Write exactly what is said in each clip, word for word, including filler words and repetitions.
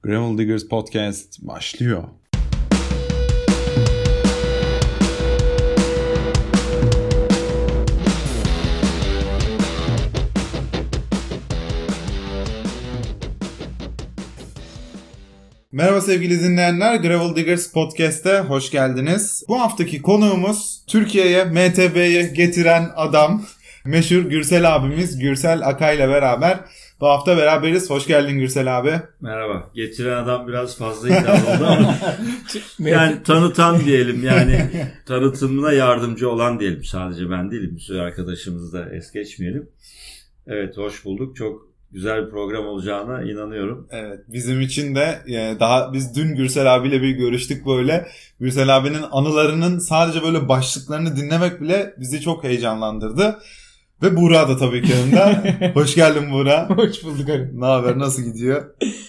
Gravel Diggers Podcast başlıyor. Merhaba sevgili dinleyenler, Gravel Diggers Podcast'e hoş geldiniz. Bu haftaki konuğumuz Türkiye'ye M T B'yi getiren adam, meşhur Gürsel abimiz Gürsel Akay ile beraber bu hafta beraberiz. Hoş geldin Gürsel abi. Merhaba. Getiren adam biraz fazla iddialı oldu ama yani tanıtan diyelim, yani tanıtımına yardımcı olan diyelim. Sadece ben değilim, bir sürü arkadaşımızı da es geçmeyelim. Evet, hoş bulduk. Çok güzel bir program olacağına inanıyorum. Evet, bizim için de daha biz dün Gürsel abiyle bir görüştük böyle. Gürsel abinin anılarının sadece böyle başlıklarını dinlemek bile bizi çok heyecanlandırdı. Ve Buğra da tabii ki yanında. Hoş geldin Buğra. Hoş bulduk abi. Ne haber, nasıl gidiyor?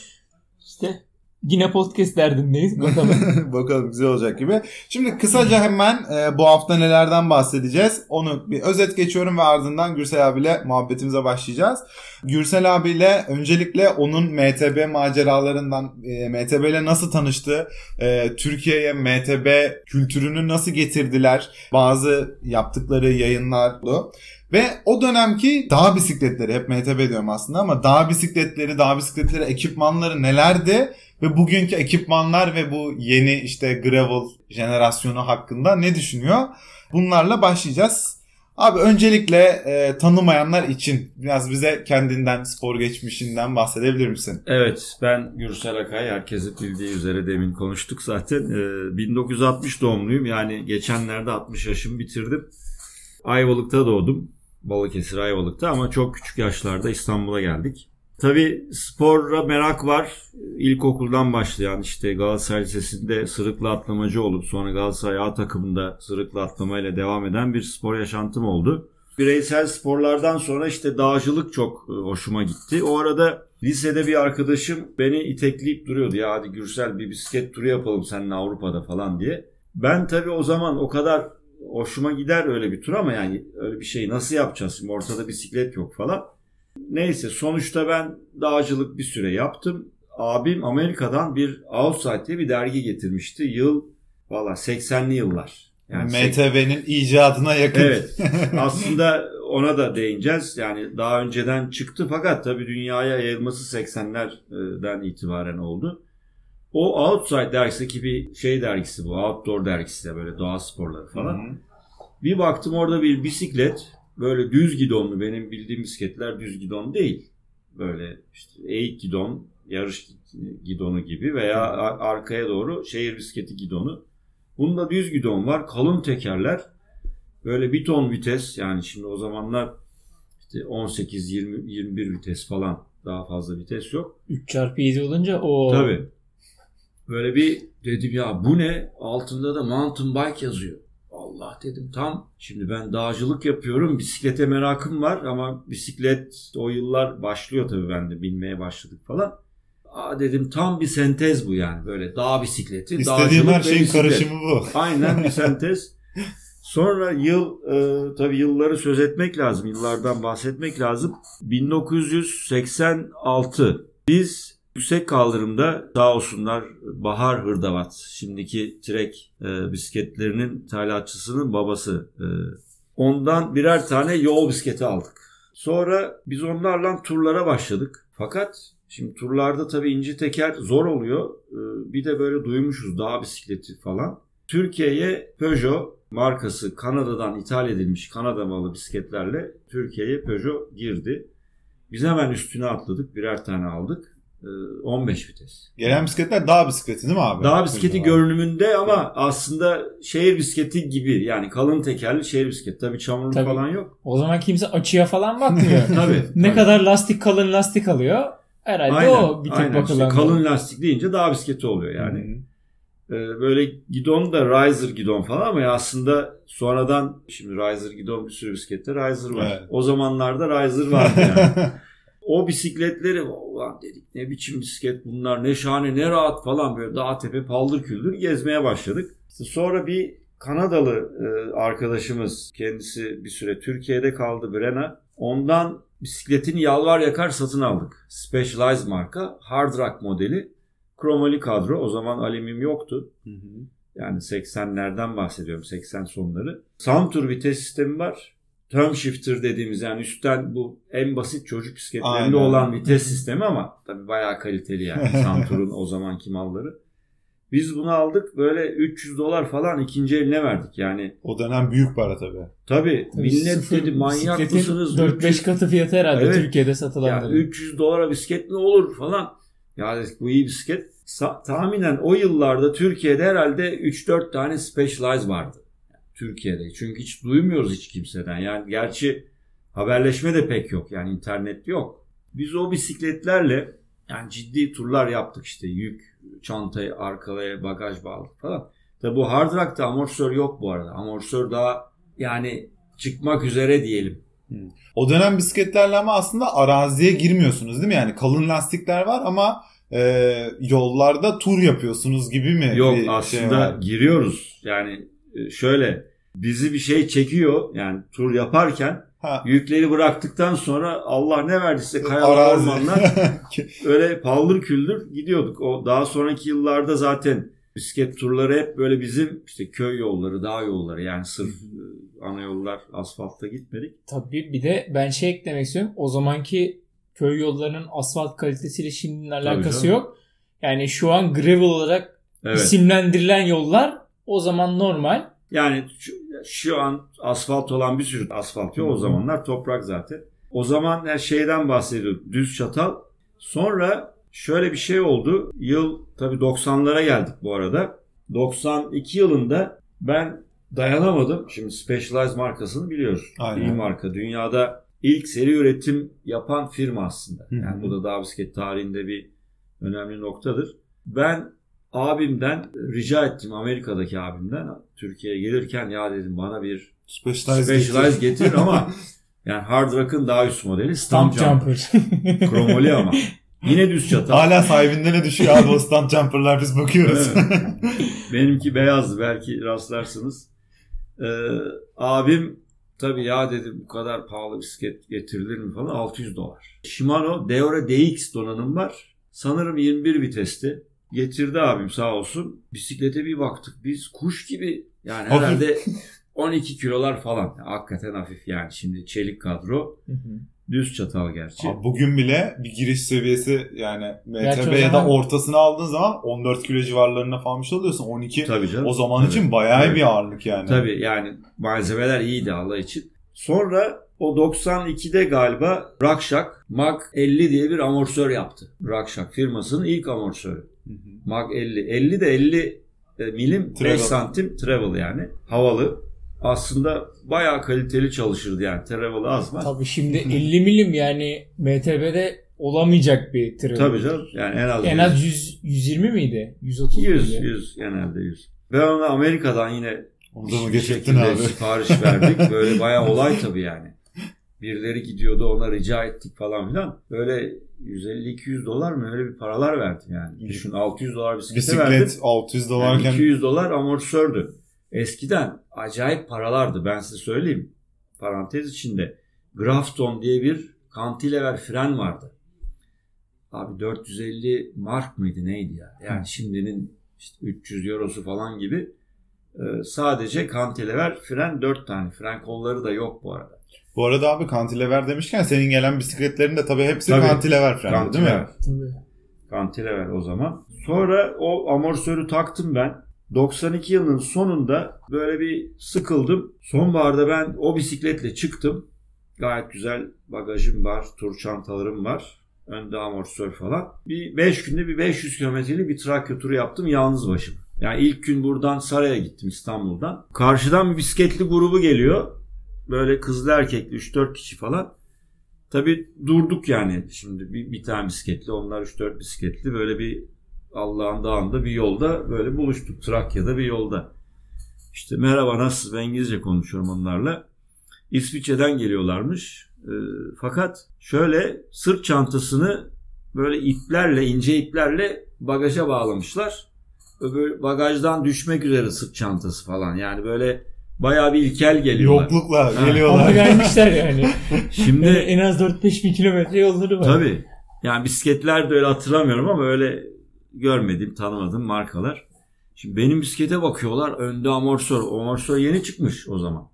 İşte yine podcast derdindeyiz. Bakalım. Bakalım, güzel olacak gibi. Şimdi kısaca hemen e, bu hafta nelerden bahsedeceğiz? Onu bir özet geçiyorum ve ardından Gürsel abiyle muhabbetimize başlayacağız. Gürsel abiyle öncelikle onun M T B maceralarından, e, M T B ile nasıl tanıştı, e, Türkiye'ye M T B kültürünü nasıl getirdiler, bazı yaptıkları yayınlar oldu. Ve o dönemki dağ bisikletleri, hep M T B diyorum aslında ama dağ bisikletleri, dağ bisikletleri ekipmanları nelerdi? Ve bugünkü ekipmanlar ve bu yeni işte gravel jenerasyonu hakkında ne düşünüyor? Bunlarla başlayacağız. Abi öncelikle e, tanımayanlar için biraz bize kendinden, spor geçmişinden bahsedebilir misin? Evet, ben Gürsel Akay. Herkesin bildiği üzere demin konuştuk zaten. Ee, bin dokuz yüz altmış doğumluyum. Yani geçenlerde altmış yaşımı bitirdim. Ayvalık'ta doğdum. Balıkesir Ayvalık'ta ama çok küçük yaşlarda İstanbul'a geldik. Tabii spora merak var. İlkokuldan başlayan, işte Galatasaray Lisesi'nde sırıkla atlamacı olup sonra Galatasaray A takımında sırıkla atlamayla devam eden bir spor yaşantım oldu. Bireysel sporlardan sonra işte dağcılık çok hoşuma gitti. O arada lisede bir arkadaşım beni itekleyip duruyordu. Ya hadi Gürsel, bir bisiklet turu yapalım seninle Avrupa'da falan diye. Ben tabii o zaman o kadar hoşuma gider öyle bir tur ama yani öyle bir şeyi nasıl yapacağız? Şimdi ortada bisiklet yok falan. Neyse, sonuçta ben dağcılık bir süre yaptım. Abim Amerika'dan bir Outside diye bir dergi getirmişti. Yıl valla seksenli yıllar. Yani M T B'nin icadına yakın. Evet. Aslında ona da değineceğiz. Yani daha önceden çıktı fakat tabii dünyaya yayılması seksenlerden itibaren oldu. O Outside dergisindeki bir şey dergisi bu. Outdoor dergisi de, böyle doğa sporları falan. Hı hı. Bir baktım orada bir bisiklet. Böyle düz gidonlu, benim bildiğim bisikletler düz gidon değil. Böyle işte eğik gidon, yarış gidonu gibi veya arkaya doğru şehir bisikleti gidonu. Bunda düz gidon var, kalın tekerler. Böyle bir ton vites, yani şimdi o zamanlar işte on sekiz yirmi yirmi bir vites falan, daha fazla vites yok. üç çarpı yedi olunca o. Tabii. Böyle bir dedim ya bu ne? Altında da mountain bike yazıyor. Allah dedim, tam şimdi ben dağcılık yapıyorum, bisiklete merakım var ama bisiklet o yıllar başlıyor tabii, ben de binmeye başladık falan. Aa dedim, tam bir sentez bu yani, böyle dağ bisikleti, İstediğim her şeyin karışımı bu. Aynen bir sentez. Sonra yıl e, tabii yılları söz etmek lazım, yıllardan bahsetmek lazım. bin dokuz yüz seksen altı biz yüksek kaldırımda, sağ olsunlar Bahar Hırdavat, şimdiki Trek e, bisikletlerinin ithalatçısının babası, e, ondan birer tane yol bisikleti aldık. Sonra biz onlarla turlara başladık. Fakat şimdi turlarda tabii ince teker zor oluyor. E, bir de böyle duymuşuz dağ bisikleti falan. Türkiye'ye Peugeot markası, Kanada'dan ithal edilmiş Kanada malı bisikletlerle Türkiye'ye Peugeot girdi. Biz hemen üstüne atladık, birer tane aldık. on beş vites. Gelen bisikletler dağ bisikleti değil mi abi? Dağ bisikleti Peugeot görünümünde ama evet, aslında şehir bisikleti gibi, yani kalın tekerli şehir bisikleti. Tabii çamurlu tabii falan yok. O zaman kimse açıya falan bakmıyor. Tabii. Ne tabii. kadar lastik, kalın lastik alıyor. Herhalde aynen, o bir tek bakılan. İşte kalın lastik deyince dağ bisikleti oluyor yani. Hmm. Ee, böyle gidon da riser gidon falan ama aslında sonradan, şimdi riser gidon, bir sürü bisiklette riser var. Evet. O zamanlarda riser vardı yani. O bisikletleri, ulan dedik ne biçim bisiklet bunlar, ne şahane ne rahat falan, böyle dağ tepe paldır küldür gezmeye başladık. İşte sonra bir Kanadalı e, arkadaşımız, kendisi bir süre Türkiye'de kaldı, Brenna. Ondan bisikletini yalvar yakar satın aldık. Specialized marka, Hard Rock modeli. Kromoli kadro. O zaman alüminyum yoktu. Hı hı. Yani seksenlerden bahsediyorum. seksen sonları. Soundtour vites sistemi var. Turn shifter dediğimiz yani üstten bu en basit çocuk bisikletlerinde olan vites sistemi ama tabii bayağı kaliteli yani Soundtour'un o zamanki malları. Biz bunu aldık böyle üç yüz dolar falan ikinci eline verdik yani. O dönem büyük para tabii. Tabii, tabii millet dedi manyak mısınız? dört beş katı fiyatı herhalde evet. Türkiye'de satılanları. Ya üç yüz dolara bisiklet mi olur falan. Ya dedik bu iyi bisiklet. Sa- tahminen o yıllarda Türkiye'de herhalde üç dört tane Specialized vardı. Türkiye'de. Çünkü hiç duymuyoruz hiç kimseden. Yani gerçi haberleşme de pek yok. Yani internet yok. Biz o bisikletlerle yani ciddi turlar yaptık işte. Yük, çantayı arkaya bagaj bağladık falan. Tabi bu Hard Rock'ta amortisör yok bu arada. Amortisör daha yani çıkmak üzere diyelim. Hmm. O dönem bisikletlerle ama aslında araziye girmiyorsunuz değil mi? Yani kalın lastikler var ama e, yollarda tur yapıyorsunuz gibi mi? Yok aslında şey giriyoruz. Yani şöyle bizi bir şey çekiyor yani tur yaparken ha. Yükleri bıraktıktan sonra Allah ne verdiyse kayalar ormanlar öyle paldır küldür gidiyorduk. O daha sonraki yıllarda zaten bisiklet turları hep böyle bizim işte köy yolları, dağ yolları yani sırf ana yollar asfaltta gitmedik. Tabii bir de ben şey eklemek istiyorum. O zamanki köy yollarının asfalt kalitesiyle şimdinin alakası yok. Yani şu an gravel olarak evet. isimlendirilen yollar o zaman normal. Yani şu, şu an asfalt olan bir sürü asfalt yok. O zamanlar toprak zaten. O zaman her şeyden bahsediyorduk. Düz çatal. Sonra şöyle bir şey oldu. Yıl tabii doksanlara geldik bu arada. doksan iki yılında ben dayanamadım. Şimdi Specialized markasını biliyoruz. Aynen. İyi marka. Dünyada ilk seri üretim yapan firma aslında. Yani bu da dağ bisiklet tarihinde bir önemli noktadır. Ben abimden rica ettim, Amerika'daki abimden Türkiye'ye gelirken ya dedim bana bir Specialized, Specialized getir. getir ama yani Hard Rock'ın daha üst modeli Stump, Stump Jumper. Kromoli ama. Yine düz çatal. Hala sahibinden ne düşüyor abi o Stump Jumper'lar biz bakıyoruz. Evet. Benimki beyazdı belki rastlarsınız. Ee, abim tabii ya dedi bu kadar pahalı bisiklet getirilir mi falan altı yüz dolar. Shimano Deore D X donanım var. Sanırım yirmi bir vitesti. Getirdi abim sağ olsun. Bisiklete bir baktık biz kuş gibi yani herhalde on iki kilolar falan. Hakikaten hafif yani şimdi çelik kadro. Hı hı. Düz çatal gerçi. Abi bugün bile bir giriş seviyesi yani M T B ya da ortasını aldığın zaman on dört kilo civarlarına falan bir şey alıyorsun. on iki Tabii canım. O zaman Tabii. için bayağı Tabii. bir ağırlık yani. Tabii yani malzemeler iyiydi Allah için. Sonra o doksan ikide galiba Rakşak Mag elli diye bir amortisör yaptı. Rakşak firmasının ilk amortisörü. Hı hı. Mag elli. elli de elli milim travel. beş santim travel yani. Havalı. Aslında bayağı kaliteli çalışırdı yani. Travel az mı? Tabii şimdi elli milim yani M T B'de olamayacak bir travel. Tabii canım. Yani en az en az yüz, yüz yirmi miydi? yüz otuz yüz, miydi? yüz genelde yüz. Ve ona Amerika'dan yine bir şekilde abi. sipariş verdik. Böyle bayağı olay tabii yani. Birileri gidiyordu ona rica ettik falan filan. Böyle yüz elli iki yüz dolar mı öyle bir paralar verdim yani. Düşün altı yüz dolar bisiklete Bisiklet verdim. Bisiklet altı yüz dolarken. Yani iki yüz dolar amortisördü. Eskiden acayip paralardı ben size söyleyeyim. Parantez içinde. Grafton diye bir cantilever fren vardı. Abi dört yüz elli mark mıydı neydi ya? Yani şimdinin işte üç yüz eurosu falan gibi. Ee, sadece cantilever fren dört tane. Fren kolları da yok bu arada. Bu arada abi cantilever demişken senin gelen bisikletlerin de tabii hepsi tabii, cantilever fren değil mi? Tabii. Cantilever o zaman. Sonra o amortisörü taktım ben. doksan iki yılının sonunda böyle bir sıkıldım. Sonbaharda ben o bisikletle çıktım. Gayet güzel bagajım var, tur çantalarım var. Önde amortisör falan. Bir beş günde bir beş yüz kilometrelik bir Trakya turu yaptım yalnız başıma. Yani ilk gün buradan Saray'a gittim İstanbul'dan. Karşıdan bir bisikletli grubu geliyor. Böyle kızlı erkekli üç dört kişi falan. Tabii durduk yani. Şimdi bir, bir tane bisikletli, onlar üç dört bisikletli böyle bir Allah'ın dağında bir yolda böyle buluştuk. Trakya'da bir yolda. İşte merhaba nasılsınız? Ben İngilizce konuşuyorum onlarla. İsviçre'den geliyorlarmış. E, fakat şöyle sırt çantasını böyle iplerle, ince iplerle bagaja bağlamışlar. Böyle bagajdan düşmek üzere sırt çantası falan. Yani böyle bayağı bir ilkel geliyorlar. Yoklukla geliyorlar. Ama gelmişler yani. Şimdi en az dört beş bin kilometre yolları var. Tabii. Yani bisikletler de öyle hatırlamıyorum ama öyle görmediğim, tanımadığım markalar. Şimdi benim bisiklete bakıyorlar. Önde amortisör. Amortisör yeni çıkmış o zaman.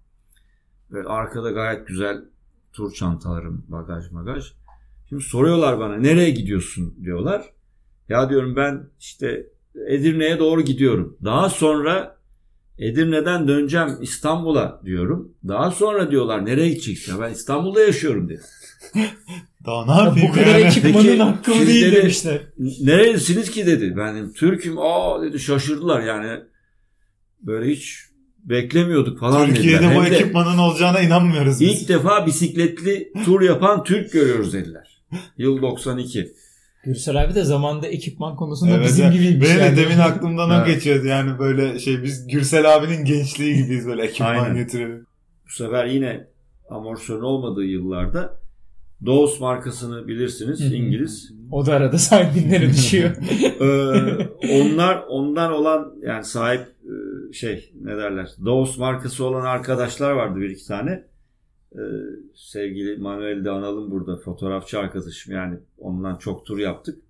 Ve arkada gayet güzel tur çantalarım, bagaj bagaj. Şimdi soruyorlar bana nereye gidiyorsun diyorlar. Ya diyorum ben işte Edirne'ye doğru gidiyorum. Daha sonra Edirne'den döneceğim İstanbul'a diyorum. Daha sonra diyorlar nereye gideceksin? Ya ben İstanbul'da yaşıyorum diye. Daha ne yapayım? Bu kadar yani? ekipmanın hakkı değil dedi, demişler. Nerelisiniz ki dedi. Ben dedim, Türk'üm. Aa dedi, şaşırdılar yani. Böyle hiç beklemiyorduk falan Türkiye'de dediler. bu Hem ekipmanın olacağına inanmıyoruz biz. İlk defa bisikletli tur yapan Türk görüyoruz dediler. Yıl doksan iki. Gürsel abi de zamanında ekipman konusunda evet, bizim gibiymiş. Benim yani. de demin aklımdan o evet. geçiyordu. Yani böyle şey, biz Gürsel abinin gençliği gibiyiz, böyle ekipman Aynen. getirelim. Bu sefer yine amortisörün olmadığı yıllarda Dawes markasını bilirsiniz, İngiliz. O da arada sahibinlere düşüyor. ee, onlar ondan olan yani sahip şey ne derler, Dawes markası olan arkadaşlar vardı bir iki tane. Ee, sevgili Manuel'i de analım burada, fotoğrafçı arkadaşım, yani ondan çok tur yaptık.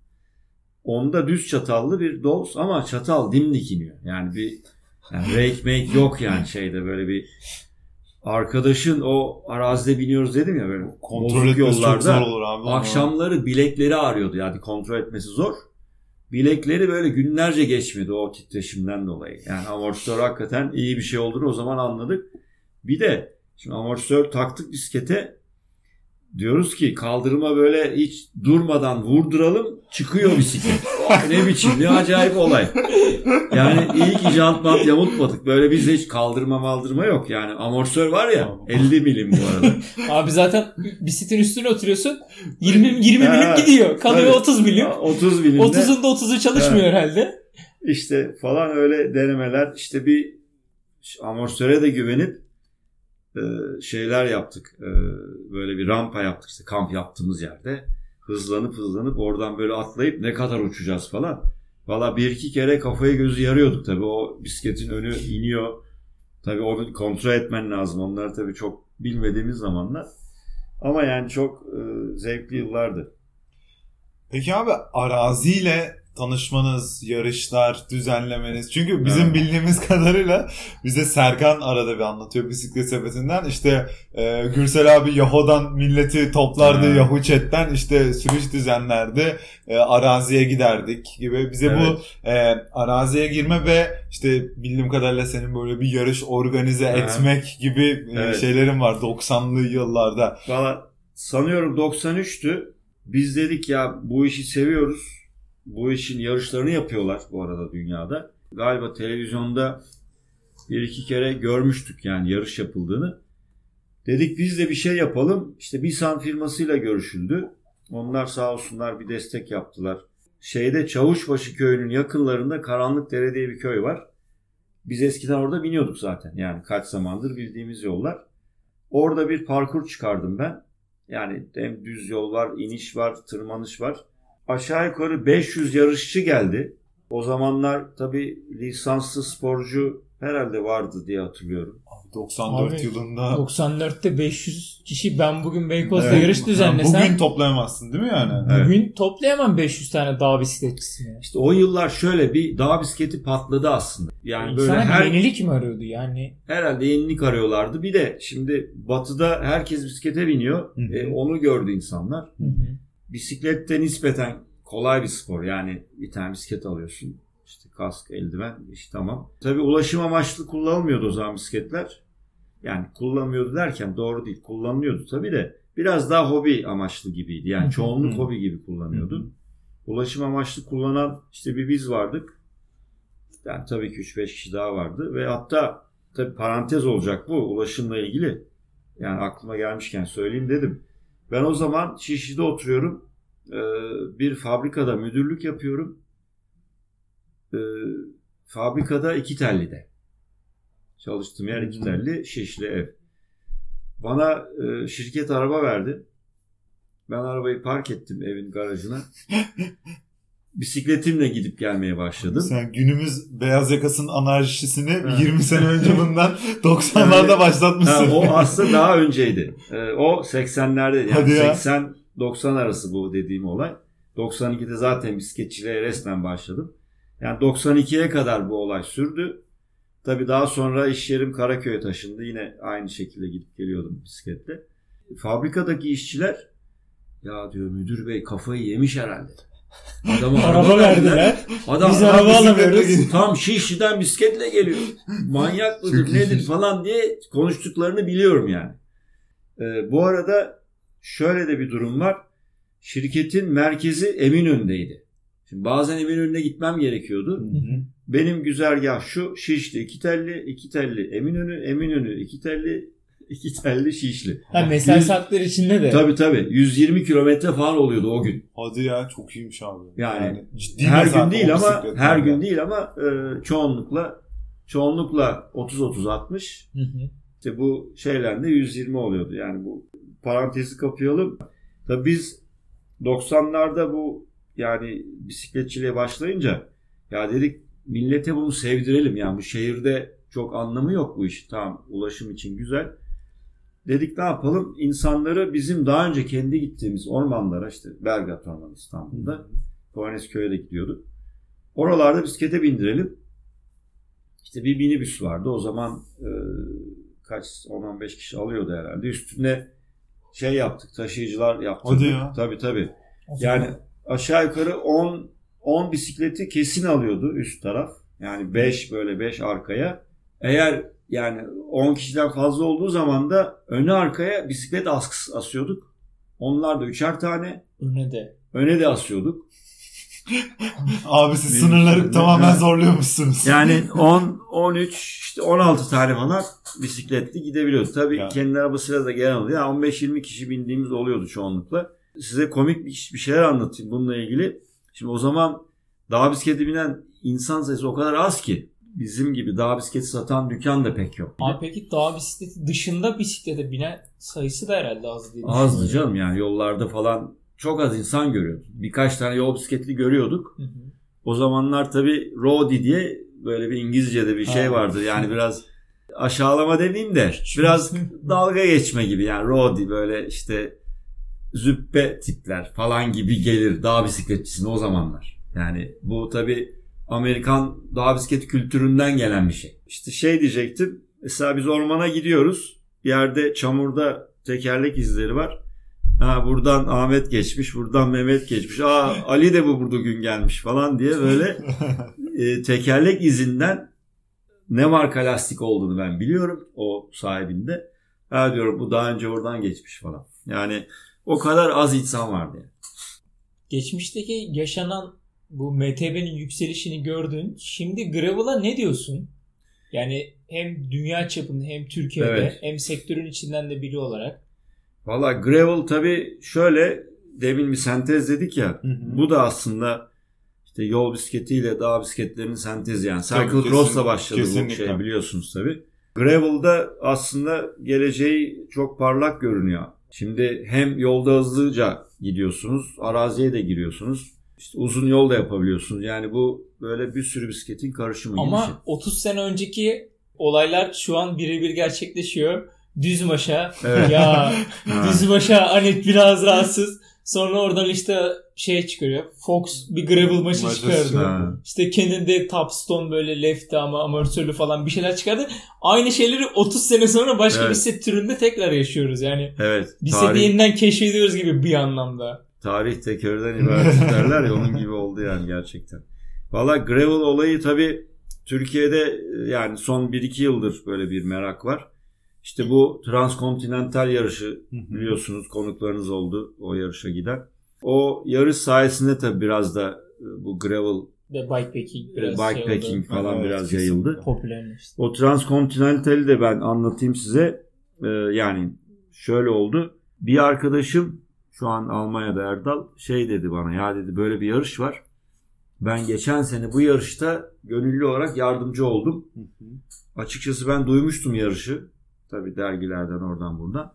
Onda düz çatallı bir Dawes ama çatal dimdik iniyor. Yani bir yani rake make yok yani şeyde, böyle bir arkadaşın o arazide biniyoruz dedim ya, böyle kontrol etmesi çok zor olur abi. Akşamları bilekleri ağrıyordu, yani kontrol etmesi zor. Bilekleri böyle günlerce geçmedi o titreşimden dolayı. Yani amortisör hakikaten iyi bir şey olduğunu o zaman anladık. Bir de şimdi amortisör taktık bisiklete, diyoruz ki kaldırıma böyle hiç durmadan vurduralım, çıkıyor bisiklet. Ne biçim, ne acayip olay. Yani iyi ki jant mat yamultmadık. Böyle bizde hiç kaldırma maldırma yok. Yani amortisör var ya elli milim bu arada. Abi zaten bisikletin üstüne oturuyorsun. yirmi yirmi milim gidiyor. Kalıyor evet. otuz milim. otuz milimde. otuzunda otuzu çalışmıyor evet. herhalde. İşte falan öyle denemeler. İşte bir amortisöre de güvenip şeyler yaptık. Böyle bir rampa yaptık işte kamp yaptığımız yerde. Hızlanıp hızlanıp oradan böyle atlayıp ne kadar uçacağız falan. Valla bir iki kere kafayı gözü yarıyorduk tabii. O bisikletin önü iniyor. Tabii onu kontrol etmen lazım. Onlar tabii çok bilmediğimiz zamanlar. Ama yani çok e, zevkli yıllardı. Peki abi, araziyle tanışmanız, yarışlar, düzenlemeniz. Çünkü bizim evet. bildiğimiz kadarıyla bize Serkan arada bir anlatıyor bisiklet sepetinden. İşte e, Gürsel abi Yaho'dan milleti toplardı, evet. Yahoo Chat'ten işte sürüş düzenlerdi, e, araziye giderdik gibi. Bize evet. bu e, araziye girme ve işte bildiğim kadarıyla senin böyle bir yarış organize evet. etmek gibi evet. şeylerin var doksanlı yıllarda. Valla sanıyorum doksan üçtü. Biz dedik ya bu işi seviyoruz. Bu işin yarışlarını yapıyorlar bu arada dünyada. Galiba televizyonda bir iki kere görmüştük yani yarış yapıldığını. Dedik biz de bir şey yapalım. İşte Bisan firmasıyla görüşüldü. Onlar sağ olsunlar bir destek yaptılar. Şeyde Çavuşbaşı köyünün yakınlarında Karanlıkdere diye bir köy var. Biz eskiden orada biniyorduk zaten. Yani kaç zamandır bildiğimiz yollar. Orada bir parkur çıkardım ben. Yani hem düz yol var, iniş var, tırmanış var. Aşağı yukarı beş yüz yarışçı geldi. O zamanlar tabii lisanslı sporcu herhalde vardı diye hatırlıyorum. doksan dört abi, yılında. doksan dörtte beş yüz kişi, ben bugün Beykoz'da evet. yarış düzenlesem. Bugün toplayamazsın değil mi yani? Bugün evet. toplayamam beş yüz tane dağ bisikletçisini. İşte o yıllar şöyle bir dağ bisikleti patladı aslında. Yani böyle İnsan her yenilik mi arıyordu yani? Herhalde yenilik arıyorlardı. Bir de şimdi batıda herkes bisiklete biniyor. E, onu gördü insanlar. Hı hı. Bisiklet de nispeten kolay bir spor. Yani bir tane bisiklet alıyorsun. İşte kask, eldiven, işte tamam. Tabii ulaşım amaçlı kullanılmıyordu o zaman bisikletler. Yani kullanmıyordu derken doğru değil. Kullanılıyordu tabii de biraz daha hobi amaçlı gibiydi. Yani çoğunluk hobi gibi kullanıyordu. Ulaşım amaçlı kullanan işte bir biz vardık. Yani tabii ki üç beş kişi daha vardı ve hatta tabii parantez olacak bu ulaşımla ilgili. Yani aklıma gelmişken söyleyeyim dedim. Ben o zaman Şişli'de oturuyorum. Bir fabrikada müdürlük yapıyorum. Fabrikada İkitelli'de. Çalıştığım yer İkitelli, Şişli ev. Bana şirket araba verdi. Ben arabayı park ettim evin garajına. Bisikletimle gidip gelmeye başladım. Sen günümüz beyaz yakasının anarşisini yirmi sene önce bundan doksanlarda yani, başlatmışsın. Ha, o aslında daha önceydi. O seksenlerde yani seksen doksan arası bu dediğim olay. doksan ikide zaten bisikletçiliğe resmen başladım. Yani doksan ikiye kadar bu olay sürdü. Tabii daha sonra iş yerim Karaköy'e taşındı. Yine aynı şekilde gidip geliyordum bisikletle. Fabrikadaki işçiler ya diyor müdür bey kafayı yemiş herhalde. Adama araba verdiler. Adam biz araba alamıyoruz. Tam Şişli'den bisikletle geliyor. Manyak mıdır nedir falan diye konuştuklarını biliyorum yani. Ee, bu arada şöyle de bir durum var. Şirketin merkezi Eminönü'ndeydi. Şimdi bazen Eminönü'ne gitmem gerekiyordu. Hı hı. Benim güzergah şu: Şişli iki telli, iki telli Eminönü, Eminönü iki telli, iki telli Şişli. Ha, mesai saatleri içinde de. Tabii tabii. yüz yirmi kilometre falan oluyordu o gün. Hadi ya, çok iyiymiş abi. Yani, yani ciddi her gün değil ama her gün değil ama e, çoğunlukla çoğunlukla otuz otuz altmış. Hı hı. İşte bu şeyle de yüz yirmi oluyordu. Yani bu parantezi kapayalım. Tabii biz doksanlarda bu yani bisikletçiliğe başlayınca ya dedik millete bunu sevdirelim, yani bu şehirde çok anlamı yok bu iş. Tamam, ulaşım için güzel. Dedik ne yapalım? İnsanları bizim daha önce kendi gittiğimiz ormanlara, işte Belgrad Ormanı İstanbul'da, Kovanesköy'e de gidiyorduk. Oralarda bisiklete bindirelim. İşte bir minibüs vardı. O zaman e, kaç on on beş kişi alıyordu herhalde. Üstüne şey yaptık, taşıyıcılar yaptık. Hadi ya. Tabii tabii. Yani aşağı yukarı on on bisikleti kesin alıyordu üst taraf. Yani beş böyle beş arkaya. Eğer yani on kişiden fazla olduğu zaman da öne arkaya bisiklet askısı asıyorduk. Onlar da üçer tane. Öne de. Öne de asıyorduk. Abi siz sınırları tamamen zorluyormuşsunuz. Yani on, on üç, işte on altı tane falan bisikletli gidebiliyordu. Tabii ya, kendi arabasıyla da gelen oluyor. Yani on beş yirmi kişi bindiğimiz oluyordu çoğunlukla. Size komik bir şeyler anlatayım bununla ilgili. Şimdi o zaman dağ bisikleti binen insan sayısı o kadar az ki. Bizim gibi dağ bisikleti satan dükkan da pek yok. Abi peki dağ bisikleti dışında bisiklete binen sayısı da herhalde az değil. Azdı canım, yani yollarda falan çok az insan görüyorduk. Birkaç tane yol bisikletli görüyorduk. Hı hı. O zamanlar tabii roadie diye böyle bir İngilizce'de bir şey vardı. Yani biraz aşağılama demeyeyim de biraz dalga geçme gibi. Yani roadie böyle işte züppe tipler falan gibi gelir dağ bisikletçisine o zamanlar. Yani bu tabii Amerikan dağ bisikleti kültüründen gelen bir şey. İşte şey diyecektim. Mesela biz ormana gidiyoruz. Yerde çamurda tekerlek izleri var. Ha, buradan Ahmet geçmiş, buradan Mehmet geçmiş. Aa, Ali de bu bugün gelmiş falan diye böyle e, tekerlek izinden ne marka lastik olduğunu ben biliyorum o sahibinde. Ha diyorum, bu daha önce oradan geçmiş falan. Yani o kadar az insan vardı yani. Geçmişteki yaşanan bu M T B'nin yükselişini gördün. Şimdi gravel'a ne diyorsun? Yani hem dünya çapında hem Türkiye'de, evet, hem sektörün içinden de biri olarak. Valla gravel tabii şöyle, demin bir sentez dedik ya. Hı hı. Bu da aslında işte yol bisikletiyle dağ bisikletlerinin sentezi yani. Cycle Cross'la başladı kesinlikle. Bu şey, biliyorsunuz tabii. Gravel'da aslında geleceği çok parlak görünüyor. Şimdi hem yolda hızlıca gidiyorsunuz, araziye de giriyorsunuz. İşte uzun yol da yapabiliyorsunuz. Yani bu böyle bir sürü bisikletin karışımı gibi bir şey. Ama otuz sene önceki olaylar şu an birebir gerçekleşiyor. Düzbaşa, evet. Ya Düzbaşa Anet biraz rahatsız. Sonra oradan işte şey çıkarıyor. Fox bir gravel maçı Maçız, çıkardı. Ha. İşte kendinde Topstone böyle lefty ama amatörlü falan bir şeyler çıkardı. Aynı şeyleri otuz sene sonra başka evet. bir set türünde tekrar yaşıyoruz. Yani evet, bir seti yeniden keşfediyoruz gibi bir anlamda. Tarih tekerrürden ibaret derler ya, onun gibi oldu yani gerçekten. Valla gravel olayı tabii Türkiye'de yani son bir iki yıldır böyle bir merak var. İşte bu transkontinental yarışı biliyorsunuz, konuklarınız oldu o yarışa giden. O yarış sayesinde tabii biraz da bu gravel ve bikepacking biraz bikepacking şey falan evet, biraz yayıldı. Popülerleşti. O transkontinentali de ben anlatayım size. Ee, yani şöyle oldu. Bir arkadaşım şu an Almanya'da, Erdal, şey dedi bana, ya dedi böyle bir yarış var. Ben geçen sene bu yarışta gönüllü olarak yardımcı oldum. Hı hı. Açıkçası ben duymuştum yarışı. Tabii dergilerden, oradan buradan.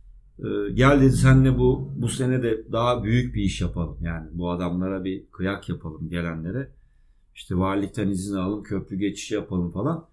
Ee, gel dedi, seninle bu bu sene de daha büyük bir iş yapalım. Yani bu adamlara bir kıyak yapalım, gelenlere. İşte valilikten izin alalım, köprü geçişi yapalım falan.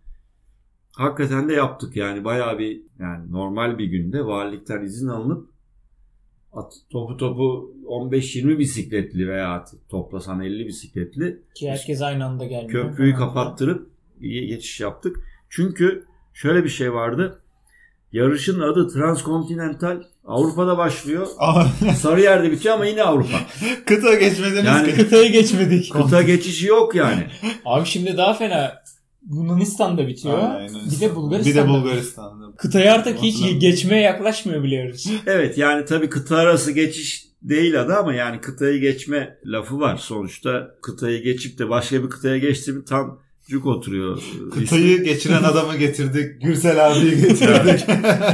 Hakikaten de yaptık yani, bayağı bir, yani normal bir günde valilikten izin alınıp At, topu topu on beş yirmi bisikletli veya toplasan elli bisikletli. Ki herkes aynı anda gelmiyor. Köprüyü kapattırıp geçiş yaptık. Çünkü şöyle bir şey vardı. Yarışın adı Transkontinental. Avrupa'da başlıyor. Sarıyer'de bitiyor ama yine Avrupa. Kıta geçmediniz yani, ki. Kıtayı geçmedik. Kıta geçişi yok yani. Abi şimdi daha fena. Yunanistan'da bitiyor. Aynen. Bir de Bulgaristan'da. Bir de Bulgaristan'da. Kıtaya artık hiç geçmeye yaklaşmıyor biliyoruz. Evet yani tabii kıta arası geçiş değil adı ama yani kıtayı geçme lafı var. Sonuçta kıtayı geçip de başka bir kıtaya geçtiğimi tam cuk oturuyor. Kıtayı geçiren adamı getirdik. Gürsel abiyi getirdik.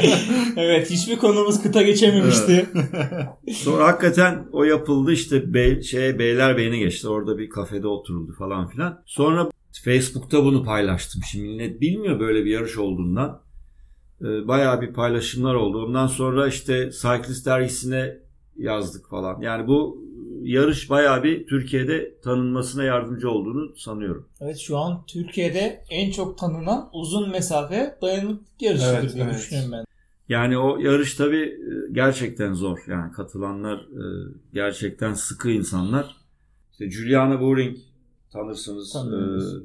Evet, hiçbir konumuz kıta geçememişti. Evet. Sonra hakikaten o yapıldı işte Bey, şey, Beylerbeyi'ne geçti. Orada bir kafede oturuldu falan filan. Sonra Facebook'ta bunu paylaştım. Şimdi millet bilmiyor böyle bir yarış olduğundan. Ee, bayağı bir paylaşımlar oldu. Ondan sonra işte Cyclist dergisine yazdık falan. Yani bu yarış bayağı bir Türkiye'de tanınmasına yardımcı olduğunu sanıyorum. Evet, şu an Türkiye'de en çok tanınan uzun mesafe dayanıklık yarışıdır evet, diye evet. düşünüyorum ben. Yani o yarış tabii gerçekten zor. Yani katılanlar gerçekten sıkı insanlar. İşte Juliana Buring tanırsınız. Tanıyoruz.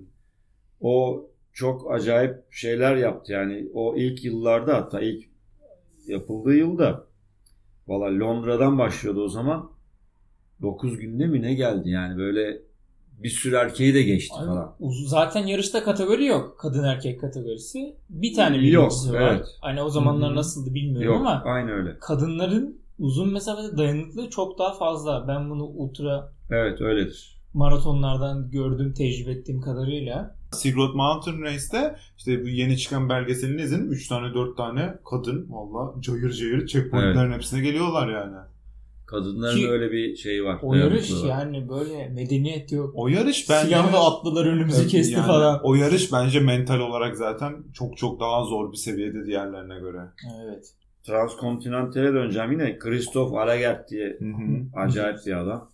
O çok acayip şeyler yaptı. Yani o ilk yıllarda, hatta ilk yapıldığı yılda valla Londra'dan başlıyordu o zaman. dokuz günde mi ne geldi yani, böyle bir sürü erkeği de geçti Abi, falan. Zaten yarışta kategori yok. Kadın erkek kategorisi. Bir tane birincisi yok, var. Evet. Hani o zamanlar Hı-hı. nasıldı bilmiyorum yok, ama aynı öyle. kadınların uzun mesafede dayanıklılığı çok daha fazla. Ben bunu ultra Evet öyledir. maratonlardan gördüğüm, tecrübe ettiğim kadarıyla. Silk Road Mountain Race'te işte bu yeni çıkan belgeselini izledim. üç tane dört tane kadın valla cayır cayır checkpointlerin evet. hepsine geliyorlar yani. Kadınların Ki, öyle bir şeyi var. O yarış yani böyle medeniyet yok. O yarış bence... Silahlı atlılar önümüzü evet, kesti yani, falan. O yarış bence mental olarak zaten çok çok daha zor bir seviyede diğerlerine göre. Evet. Transkontinentale döneceğim yine. Christophe Alaegert diye Hı-hı. acayip bir adam.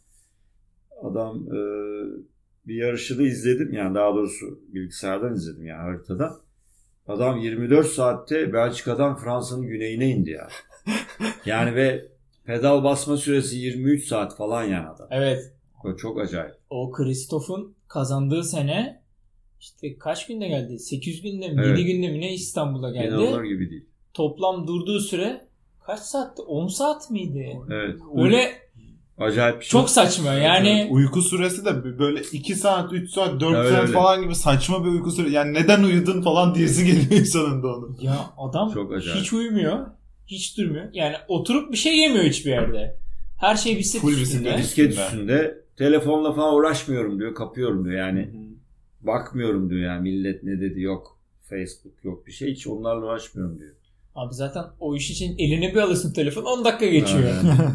Adam e, bir yarışı da izledim. Yani daha doğrusu bilgisayardan izledim yani haritada. Adam yirmi dört saatte Belçika'dan Fransa'nın güneyine indi ya. Yani ve pedal basma süresi yirmi üç saat falan yani adam. Evet. O çok acayip. O Christophe'un kazandığı sene işte kaç günde geldi? sekiz günde mi? Evet. yedi günde mi ne İstanbul'a geldi? İnanılır gibi değil. Toplam durduğu süre kaç saatte? on saat miydi? Evet. Öyle acayip bir şey. Çok saçma yani. Evet, uyku süresi de böyle iki saat, üç saat, dört öyle saat öyle. falan gibi saçma bir uyku süresi. Yani neden uyudun falan diyesi geliyor sonunda onu. Ya adam hiç uyumuyor. Hiç durmuyor. Yani oturup bir şey yemiyor hiçbir yerde. Her şey bisiklet Full üstünde. Bisiklet üstünde. Telefonla falan uğraşmıyorum diyor. Kapıyorum diyor yani. Hı-hı. Bakmıyorum diyor yani. Millet ne dedi, yok Facebook, yok bir şey. Hiç onlarla uğraşmıyorum diyor. Abi zaten o iş için eline bir alırsın telefon on dakika geçiyor.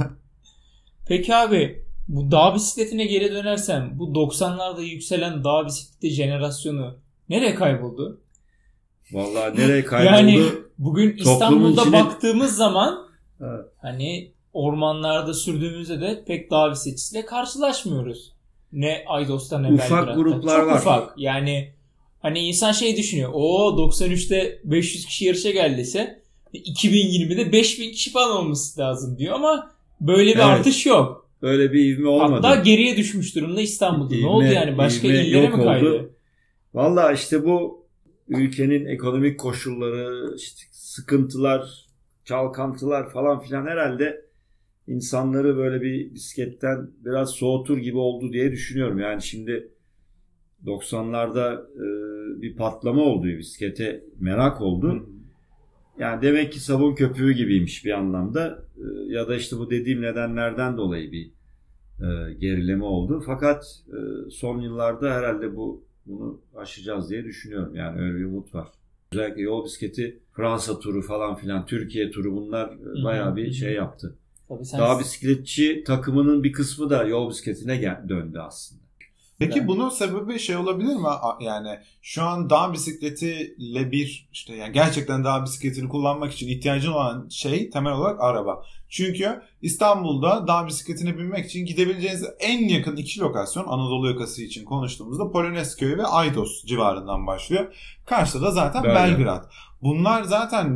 Peki abi bu dağ bisikletine geri dönersem bu doksanlarda yükselen dağ bisikleti jenerasyonu nereye kayboldu? Vallahi nereye kayboldu? Yani bugün İstanbul'da içine... baktığımız zaman evet. Hani ormanlarda sürdüğümüzde de pek dağ bisikletçisiyle karşılaşmıyoruz. Ne Aydos'ta ne Belgrad'da. Ufak gruplar Çok var. ufak. Yani hani insan şey düşünüyor. O doksan üçte beş yüz kişi yarışa geldiyse iki bin yirmide beş bin kişi falan olması lazım diyor ama böyle bir evet. artış yok. Öyle bir ivme olmadı. Hatta geriye düşmüş durumda İstanbul'da. İvme, ne oldu yani? Başka illere mi kaydı? Oldu. Vallahi işte bu ülkenin ekonomik koşulları, işte sıkıntılar, çalkantılar falan filan herhalde insanları böyle bir bisikletten biraz soğutur gibi oldu diye düşünüyorum. Yani şimdi doksanlarda e, bir patlama oldu, bisiklete merak oldu. Yani demek ki sabun köpüğü gibiymiş bir anlamda. E, ya da işte bu dediğim nedenlerden dolayı bir e, gerileme oldu. Fakat e, son yıllarda herhalde bu bunu aşacağız diye düşünüyorum. Yani öyle bir umut var. Özellikle yol bisikleti, Fransa turu falan filan, Türkiye turu, bunlar Hı-hı. bayağı bir şey yaptı. Sen... Dağ bisikletçi takımının bir kısmı da yol bisikletine gel- döndü aslında. Peki yani. Bunun sebebi şey olabilir mi? Yani şu an dağ bisikletiyle bir işte yani gerçekten dağ bisikletini kullanmak için ihtiyacın olan şey temel olarak araba. Çünkü İstanbul'da dağ bisikletine binmek için gidebileceğiniz en yakın iki lokasyon, Anadolu yakası için konuştuğumuzda Polonezköy ve Aydos civarından başlıyor. Karşıda da zaten Belgrad. Belgrad. Bunlar zaten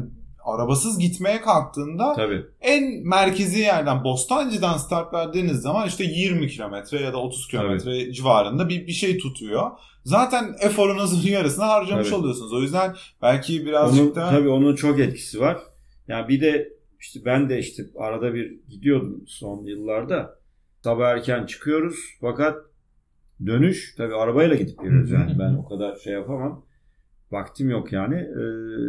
arabasız gitmeye kalktığında Tabii. en merkezi yerden Bostancı'dan start verdiğiniz zaman işte yirmi kilometre ya da otuz kilometre Tabii. civarında bir, bir şey tutuyor. Zaten eforunuzun yarısını harcamış Tabii. oluyorsunuz. O yüzden belki birazcık onun, da... Tabii onun çok etkisi var. Yani bir de işte ben de işte arada bir gidiyordum son yıllarda. Sabah erken çıkıyoruz fakat dönüş tabii arabayla gidip geliyoruz yani. Ben o kadar şey yapamam. Vaktim yok yani. Ee,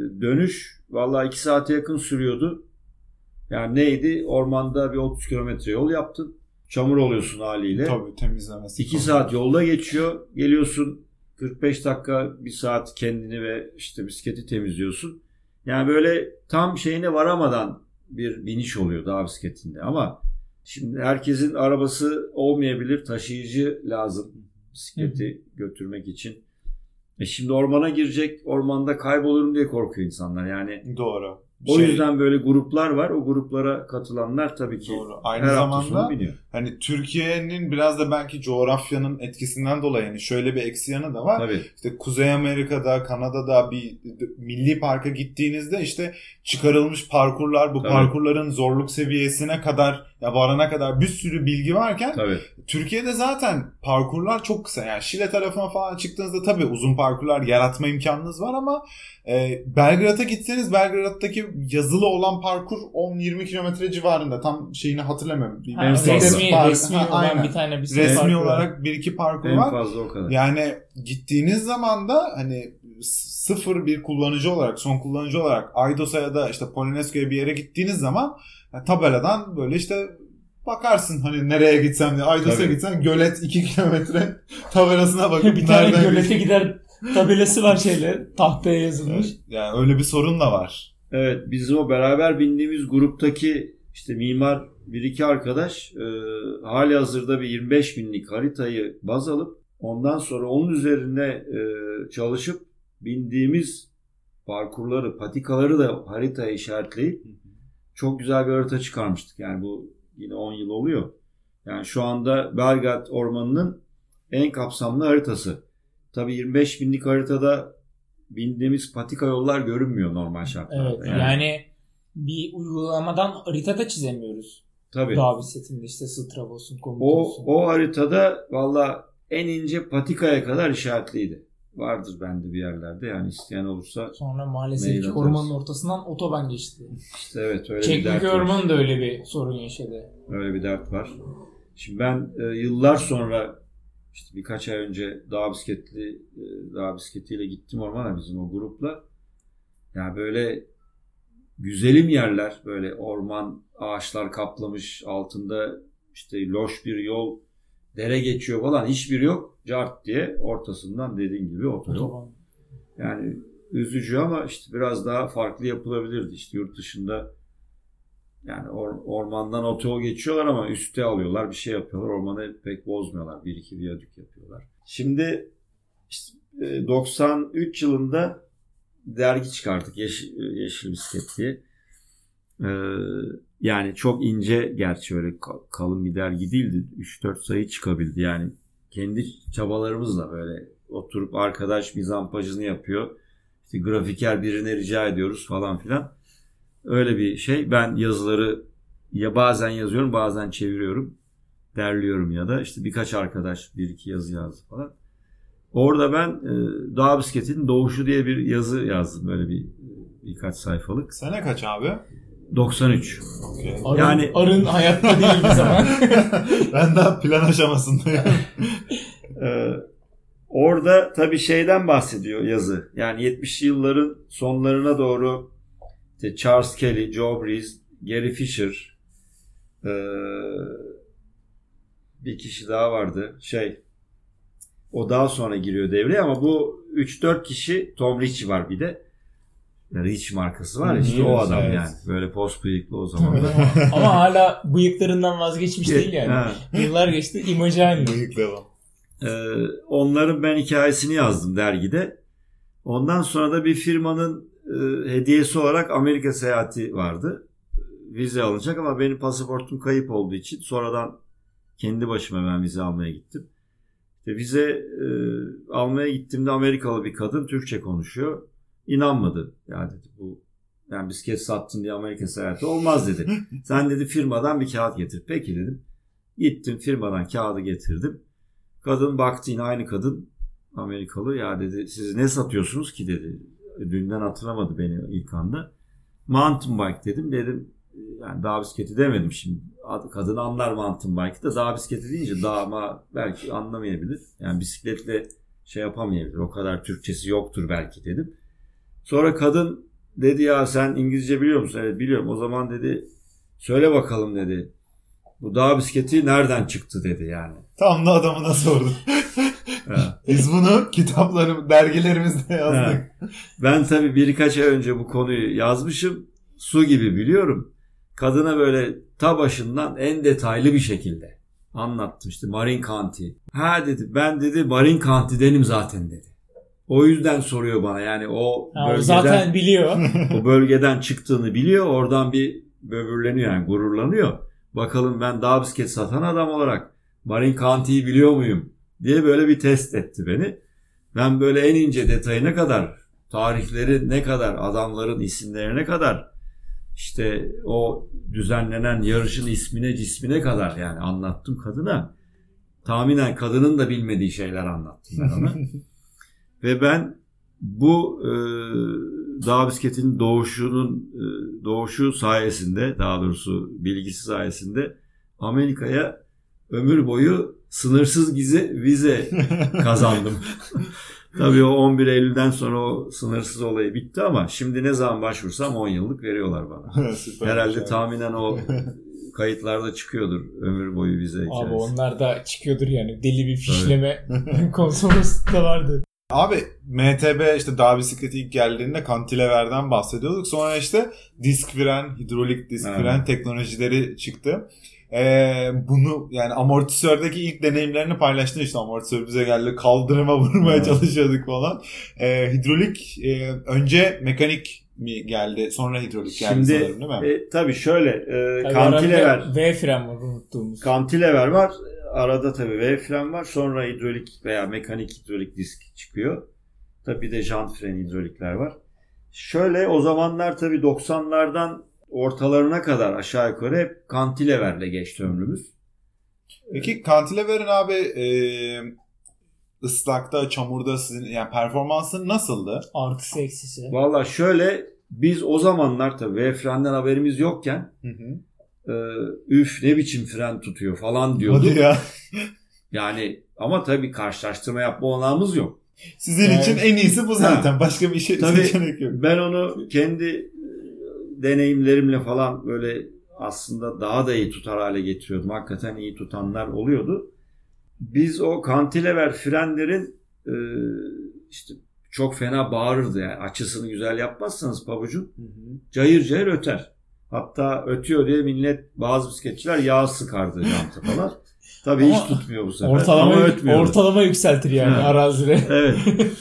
dönüş vallahi iki saate yakın sürüyordu. Yani neydi? Ormanda bir otuz kilometre yol yaptın. Çamur oluyorsun haliyle. Tabii temizlemesi. iki saat yolda geçiyor. Geliyorsun kırk beş dakika bir saat kendini ve işte bisikleti temizliyorsun. Yani böyle tam şeyine varamadan bir biniş oluyor dağ bisikletinde. Ama şimdi herkesin arabası olmayabilir. Taşıyıcı lazım bisikleti Hı-hı. götürmek için. E şimdi ormana girecek, ormanda kaybolurum diye korkuyor insanlar yani. Doğru. O şey, yüzden böyle gruplar var. O gruplara katılanlar tabii ki doğru. Aynı her zamanda hani Türkiye'nin biraz da belki coğrafyanın etkisinden dolayı yani şöyle bir eksi yanı da var. Tabii. İşte Kuzey Amerika'da, Kanada'da bir milli parka gittiğinizde işte çıkarılmış parkurlar, bu tabii. parkurların zorluk seviyesine kadar ya varana kadar bir sürü bilgi varken tabii. Türkiye'de zaten parkurlar çok kısa. Yani Şile tarafına falan çıktığınızda tabii uzun parkurlar yaratma imkanınız var ama e, Belgrad'a gitseniz Belgrad'daki yazılı olan parkur on yirmi kilometre civarında. Tam şeyini hatırlamıyorum. Ha, resmi park, resmi ha, olan bir tane bir resmi olarak bir iki parkur en var. Fazla o kadar. Yani gittiğiniz zaman da hani sıfır bir kullanıcı olarak, son kullanıcı olarak Aydos'a ya da işte Polonezköy'e bir yere gittiğiniz zaman yani tabeladan böyle işte bakarsın hani nereye gitsem diye. Aydos'a gitsen gölet iki kilometre tabelasına bakıp bir tane gölete bir... gider tabelası var şeyle tahtaya yazılmış. Evet, yani öyle bir sorun da var. Evet, bizim o beraber bindiğimiz gruptaki işte mimar bir iki arkadaş e, hali hazırda bir yirmi beş binlik haritayı baz alıp ondan sonra onun üzerine e, çalışıp bindiğimiz parkurları, patikaları da haritaya işaretleyip çok güzel bir harita çıkarmıştık. Yani bu yine on yıl oluyor. Yani şu anda Belgrad Ormanı'nın en kapsamlı haritası. Tabii yirmi beş binlik haritada bindiğimiz patika yollar görünmüyor normal şartlarda. Evet, yani, yani bir uygulamadan haritada çizemiyoruz. Tabii. Dağ bisikletinde işte Strava olsun, komut o, olsun. O haritada valla en ince patikaya kadar işaretliydi. Vardır bende bir yerlerde yani isteyen olursa. Sonra maalesef ki ormanın ortasından otoban geçti. İşte evet öyle Çekmek bir dert var. Çekmek ormanı da öyle bir sorun yaşadı. Öyle bir dert var. Şimdi ben e, yıllar sonra işte birkaç ay önce dağ bisikletli e, dağ bisikletiyle gittim ormana bizim o grupla. Yani böyle güzelim yerler, böyle orman, ağaçlar kaplamış, altında işte loş bir yol, dere geçiyor falan, hiçbir yok. Cart diye ortasından dediğin gibi otoyol. Yani üzücü ama işte biraz daha farklı yapılabilirdi. İşte yurt dışında yani or- ormandan otoyol geçiyorlar ama üste alıyorlar, bir şey yapıyorlar. Ormanı pek bozmuyorlar. Bir iki viyadük yapıyorlar. Şimdi işte doksan üç yılında dergi çıkarttık. Yeşil, Yeşil Bisiklet diye. Ee, yani çok ince, gerçi öyle kalın bir dergi değildi. üç dört sayı çıkabildi. Yani kendi çabalarımızla böyle oturup arkadaş mizampajını yapıyor. İşte grafiker birine rica ediyoruz falan filan. Öyle bir şey. Ben yazıları ya bazen yazıyorum, bazen çeviriyorum. Derliyorum ya da işte birkaç arkadaş bir iki yazı yazdı falan. Orada ben e, dağ bisikletinin doğuşu diye bir yazı yazdım. Böyle bir birkaç sayfalık. Sene kaç abi? doksan üç. Okay. Arın, yani arın hayatta değil bir zaman. Ben daha plan aşamasındayım. ee, orada tabii şeyden bahsediyor yazı. Yani yetmişli yılların sonlarına doğru işte Charles Kelly, Joe Breeze, Gary Fisher, ee, bir kişi daha vardı. Şey, o daha sonra giriyor devreye ama bu üç dört kişi, Tom Ritchie var bir de. Rich markası var ya işte o adam evet. Yani. Böyle post bıyıklı o zaman. Ama hala bıyıklarından vazgeçmiş değil yani. Ha. Yıllar geçti, imajı aynı. Bıyıklı adam. Ee, onların ben hikayesini yazdım dergide. Ondan sonra da bir firmanın e, hediyesi olarak Amerika seyahati vardı. Vize alınacak ama benim pasaportum kayıp olduğu için sonradan kendi başıma ben vize almaya gittim. İşte vize e, almaya gittiğimde Amerikalı bir kadın Türkçe konuşuyor. İnanmadı. Ya dedi bu Yani bisiklet sattın diye Amerika seyahati olmaz dedi. Sen dedi firmadan bir kağıt getir. Peki dedim. Gittim firmadan kağıdı getirdim. Kadın baktı, yine aynı kadın, Amerikalı. Ya dedi, siz ne satıyorsunuz ki dedi. Dünden hatırlamadı beni ilk anda. Mountain bike dedim. Dedim yani dağ bisikleti demedim şimdi. Kadın anlar mountain bike'ı da, dağ bisikleti deyince dağ ama belki anlamayabilir. Yani bisikletle şey yapamayabilir. O kadar Türkçesi yoktur belki dedim. Sonra kadın dedi, ya sen İngilizce biliyor musun? Evet biliyorum. O zaman dedi söyle bakalım dedi. Bu dağ bisikleti nereden çıktı dedi yani. Tam da adamına sordum. Biz bunu kitaplarım, dergilerimizde yazdık. Ha. Ben tabii birkaç ay önce bu konuyu yazmışım. Su gibi biliyorum. Kadına böyle ta başından en detaylı bir şekilde anlattım. İşte Marin County. Ha dedi, ben dedi Marin County'denim zaten dedi. O yüzden soruyor bana, yani o ha, bölgeden, zaten biliyor. O bölgeden çıktığını biliyor. Oradan bir böbürleniyor, yani gururlanıyor. Bakalım ben dağ bisiklet satan adam olarak Marin County'yi biliyor muyum diye böyle bir test etti beni. Ben böyle en ince detayına kadar, tarihleri ne kadar, adamların isimlerine kadar, işte o düzenlenen yarışın ismine, cismine kadar yani anlattım kadına. Tahminen kadının da bilmediği şeyler anlattım ben ona. Ve ben bu e, dağ bisikletinin doğuşunun e, doğuşu sayesinde, daha doğrusu bilgisi sayesinde Amerika'ya ömür boyu sınırsız vize, vize kazandım. Tabii o on bir Eylül'den sonra o sınırsız olayı bitti ama şimdi ne zaman başvursam on yıllık veriyorlar bana. Herhalde tahminen o kayıtlarda çıkıyordur ömür boyu vize hikayesi. Abi onlar da çıkıyordur yani. Deli bir fişleme konsolosluğu da vardı. Abi M T B işte dağ bisikleti ilk geldiğinde kantileverden bahsediyorduk. Sonra işte disk fren, hidrolik disk evet. fren teknolojileri çıktı. Ee, bunu yani amortisördeki ilk deneyimlerini paylaştın, işte amortisör bize geldi, kaldırıma vurmaya evet. çalışıyorduk falan. Ee, hidrolik e, önce mekanik mi geldi, sonra hidrolik geldi şimdi, sanırım değil mi? E, tabii şöyle e, tabii kantilever. V fren var unuttuğumuz. Kantilever var. Arada tabii V fren var. Sonra hidrolik veya mekanik hidrolik disk çıkıyor. Tabii bir de jant fren hidrolikler var. Şöyle o zamanlar tabii doksanlardan ortalarına kadar aşağı yukarı hep kantileverle geçti ömrümüz. Peki kantileverin abi e, ıslakta, çamurda sizin yani performansı nasıldı? Artısı eksisi. Valla şöyle, biz o zamanlar tabii V frenden haberimiz yokken hı hı. e, üf ne biçim fren tutuyor falan diyorduk. Hadi ya. Yani ama tabii karşılaştırma yapma olanağımız yok. Sizin yani, için en iyisi bu zaten. Ha. Başka bir şey tabii, seçenek yok. Ben onu kendi deneyimlerimle falan böyle aslında daha da iyi tutar hale getiriyordum. Hakikaten iyi tutanlar oluyordu. Biz o kantilever frenlerin e, işte çok fena bağırırdı yani. Açısını güzel yapmazsanız pabucun hı hı. cayır cayır öter. Hatta ötüyor diye millet, bazı bisikletçiler yağ sıkardı janta falan. Tabii ama hiç tutmuyor bu sefer. Ortalama, ama ötmüyor. Ortalama yükseltir yani ha. arazide. Evet.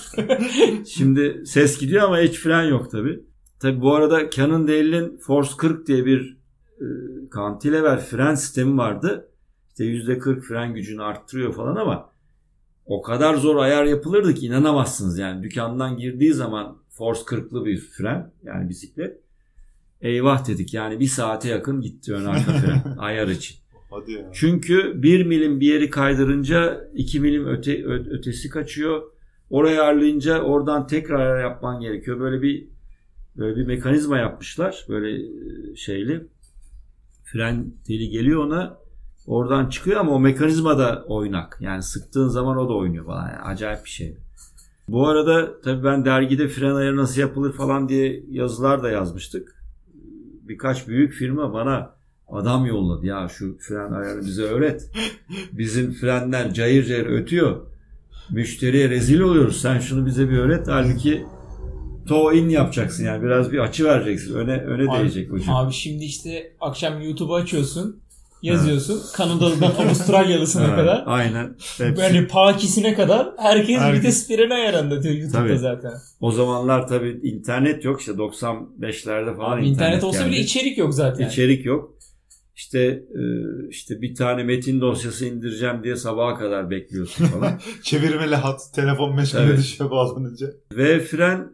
Şimdi ses gidiyor ama hiç fren yok tabii. Tabii bu arada Cannondale'in Force kırk diye bir e, kantilever fren sistemi vardı. İşte yüzde kırk fren gücünü arttırıyor falan ama o kadar zor ayar yapılırdı ki inanamazsınız yani. Dükkandan girdiği zaman Force kırklı bir fren, yani bisiklet. Eyvah dedik yani, bir saate yakın gitti ön arka fren ayar için. Hadi ya. Çünkü bir milim bir yeri kaydırınca iki milim öte, ötesi kaçıyor. Oraya ayarlayınca oradan tekrar ayar yapman gerekiyor. Böyle bir böyle bir mekanizma yapmışlar. Böyle şeyli. Fren teli geliyor ona. Oradan çıkıyor ama o mekanizma da oynak. Yani sıktığın zaman o da oynuyor falan. Yani acayip bir şey. Bu arada tabii ben dergide fren ayarı nasıl yapılır falan diye yazılar da yazmıştık. Birkaç büyük firma bana adam yolladı. Ya şu fren ayarını bize öğret. Bizim frenler cayır cayır ötüyor. Müşteriye rezil oluyoruz. Sen şunu bize bir öğret. Halbuki toe in yapacaksın yani. Biraz bir açı vereceksin. Öne öne abi, değecek ucu. Abi şimdi işte akşam YouTube'u açıyorsun. Yazıyorsun. Evet. Kanadalı'dan Avustralyalısına evet, kadar. Aynen. Hepsi. Yani Pakistan'a kadar herkes Herkes. vites freni ayarında diyor YouTube'da tabii. zaten. O zamanlar tabii internet yok. İşte doksan beşlerde falan abi internet internet olsa geldi. bile içerik yok zaten. İçerik yok. İşte işte bir tane metin dosyası indireceğim diye sabaha kadar bekliyorsun falan. Çevirmeli hat, telefon meşgule evet. düşüyor bağlanınca. Ve fren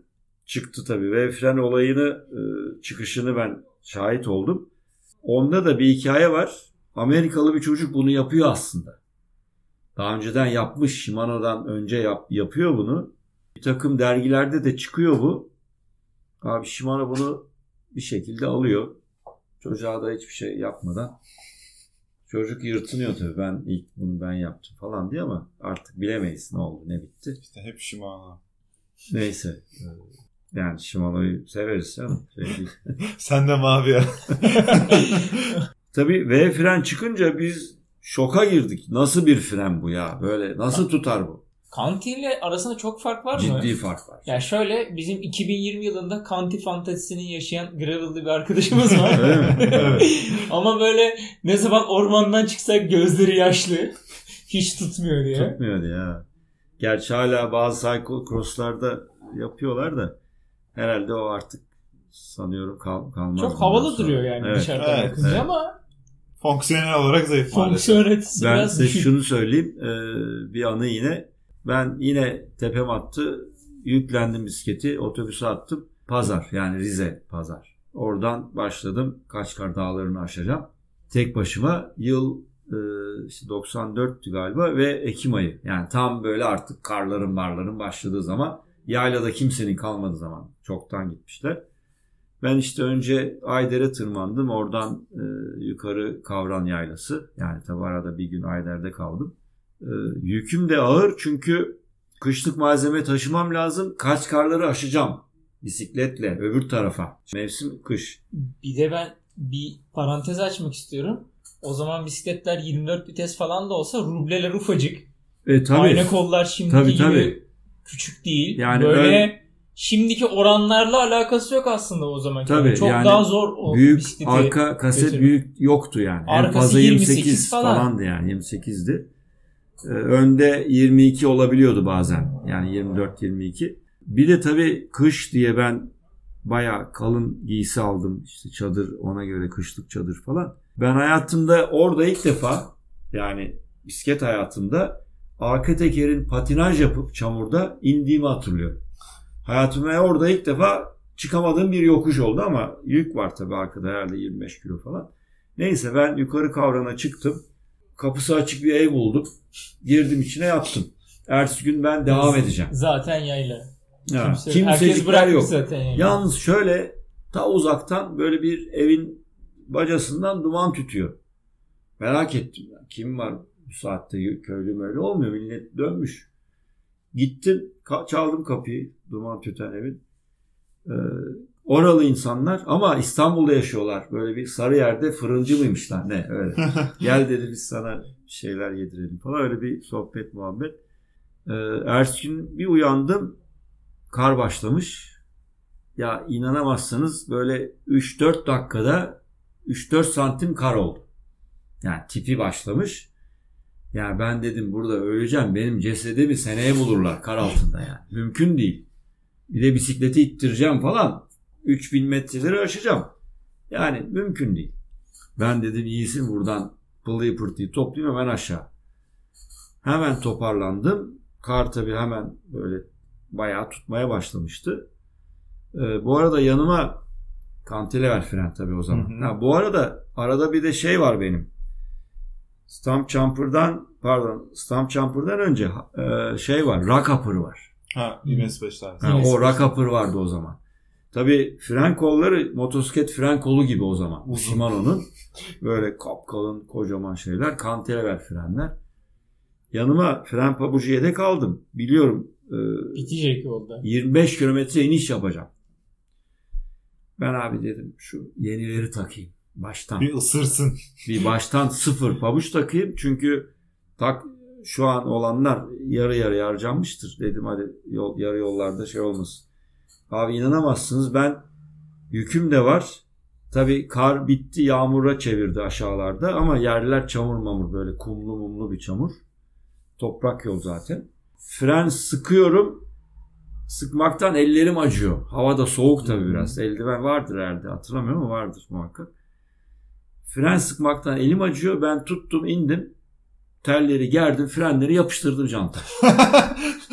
çıktı tabii. V fren olayını çıkışını ben şahit oldum. Onda da bir hikaye var. Amerikalı bir çocuk bunu yapıyor aslında. Daha önceden yapmış. Shimano'dan önce yap, yapıyor bunu. Bir takım dergilerde de çıkıyor bu. Abi Shimano bunu bir şekilde alıyor. Çocuğa da hiçbir şey yapmadan. Çocuk yırtınıyor tabii. Ben ilk bunu ben yaptım falan diye ama artık bilemeyiz ne oldu ne bitti. İşte hep Shimano. Neyse. Yani Shimano'yu severiz canım. Şey Sen de mavi ya. Tabii V fren çıkınca biz şoka girdik. Nasıl bir fren bu ya? Böyle nasıl tutar bu? Conti ile arasında çok fark var mı? Ciddi fark var. Ya şöyle bizim iki bin yirmi yılında Conti fantezisini yaşayan Gravel'lı bir arkadaşımız var. Öyle mi? Evet. Ama böyle ne zaman ormandan çıksak gözleri yaşlı. Hiç tutmuyor diye. Tutmuyor ya. Gerçi hala bazı cyclocross'larda yapıyorlar da herhalde o artık sanıyorum kal kalmaz. Çok havalı duruyor yani evet. Dışarıdan evet, bakınca evet. Ama fonksiyonel olarak zayıf. Fonksiyonelitesi ben biraz size düşük. şunu söyleyeyim. Ee, bir anı yine. Ben yine tepem attı. Yüklendim bisikleti. Otobüse attım. Pazar yani Rize pazar. Oradan başladım. Kaçkar Dağları'nı aşacağım. Tek başıma yıl e, işte doksan dörttü galiba ve Ekim ayı. Yani tam böyle artık karların barların başladığı zaman. Yaylada kimsenin kalmadığı zaman. Çoktan gitmişler. Ben işte önce Ayder'e tırmandım. Oradan e, yukarı Kavran Yaylası. Yani tabi arada bir gün Ayder'de kaldım. E, yüküm de ağır çünkü kışlık malzeme taşımam lazım. Kaçkarları aşacağım bisikletle öbür tarafa. Mevsim kış. Bir de ben bir parantez açmak istiyorum. O zaman bisikletler yirmi dört vites falan da olsa rubleler ufacık. E, tabii. Ayna kollar şimdiki tabii, gibi tabii. küçük değil. Yani böyle ön... şimdiki oranlarla alakası yok aslında o zaman. Tabii, çok yani daha zor o büyük bisikleti arka kaset götürmek. Büyük yoktu yani. Arkası en fazla yirmi sekiz yirmi sekiz falan. falandı yani yirmi sekizdi. Ee, önde yirmi iki olabiliyordu bazen. Yani yirmi dört yirmi iki. Bir de tabii kış diye ben bayağı kalın giysi aldım. İşte çadır, ona göre kışlık çadır falan. Ben hayatımda orada ilk defa, yani bisiklet hayatımda arka tekerin patinaj yapıp çamurda indiğimi hatırlıyorum. Hayatımda orada ilk defa çıkamadığım bir yokuş oldu ama yük var tabii arkada, herhalde yirmi beş kilo falan. Neyse ben yukarı Kavran'a çıktım. Kapısı açık bir ev buldum. Girdim içine, yattım. Ertesi gün ben devam edeceğim. Zaten yayla. Ya, Kimse, kimsecikler yok. Zaten yayla. Yalnız şöyle ta uzaktan böyle bir evin bacasından duman tütüyor. Merak ettim. Ya. Kim var bu saatte, köylü böyle olmuyor. Millet dönmüş. Gittim, çaldım kapıyı, duman tüten evin. Ee, oralı insanlar ama İstanbul'da yaşıyorlar. Böyle bir Sarıyer'de fırıncı mıymışlar ne öyle. Gel dedi, biz sana şeyler yedirelim falan, öyle bir sohbet muhabbet. Ee, ertesi gün bir uyandım, kar başlamış. Ya inanamazsınız, böyle üç dört dakikada üç dört santim kar oldu. Yani tipi başlamış. Yani ben dedim burada öleceğim. Benim cesedimi seneye bulurlar kar altında yani. Mümkün değil. Bir de bisikleti ittireceğim falan. üç bin metreleri aşacağım. Yani mümkün değil. Ben dedim iyisin, buradan pılıyı pırtıyı toplayayım hemen aşağı. Hemen toparlandım. Kar tabii hemen böyle bayağı tutmaya başlamıştı. Ee, bu arada yanıma kantilever fren tabii o zaman. Hı hı. Ha, bu arada arada bir de şey var benim. Stumpjumper'dan pardon Stumpjumper'dan önce e, şey var, rock upper var. Ha, yirmi beş tane. Ha, o rock upper vardı o zaman. Tabii fren kolları motosiklet fren kolu gibi o zaman. Shimano'nun böyle kapkalın kocaman şeyler, cantilever frenler. Yanıma fren pabucu yedek aldım. Biliyorum e, bitecek yolda. yirmi beş kilometre iniş yapacağım. Ben abi dedim şu yenileri takayım. Baştan. Bir ısırsın. Bir baştan sıfır pabuç takayım. Çünkü tak şu an olanlar yarı yarı harcanmıştır. Dedim hadi yol, yarı yollarda şey olmasın. Abi inanamazsınız, ben yüküm de var. Tabii kar bitti, yağmura çevirdi aşağılarda ama yerler çamur mamur, böyle kumlu mumlu bir çamur. Toprak yol zaten. Fren sıkıyorum. Sıkmaktan ellerim acıyor. Hava da soğuk tabii biraz. Eldiven vardır herhalde. Hatırlamıyorum ama vardır muhakkak. Fren sıkmaktan elim acıyor. Ben tuttum, indim. Telleri gerdim. Frenleri yapıştırdım janta.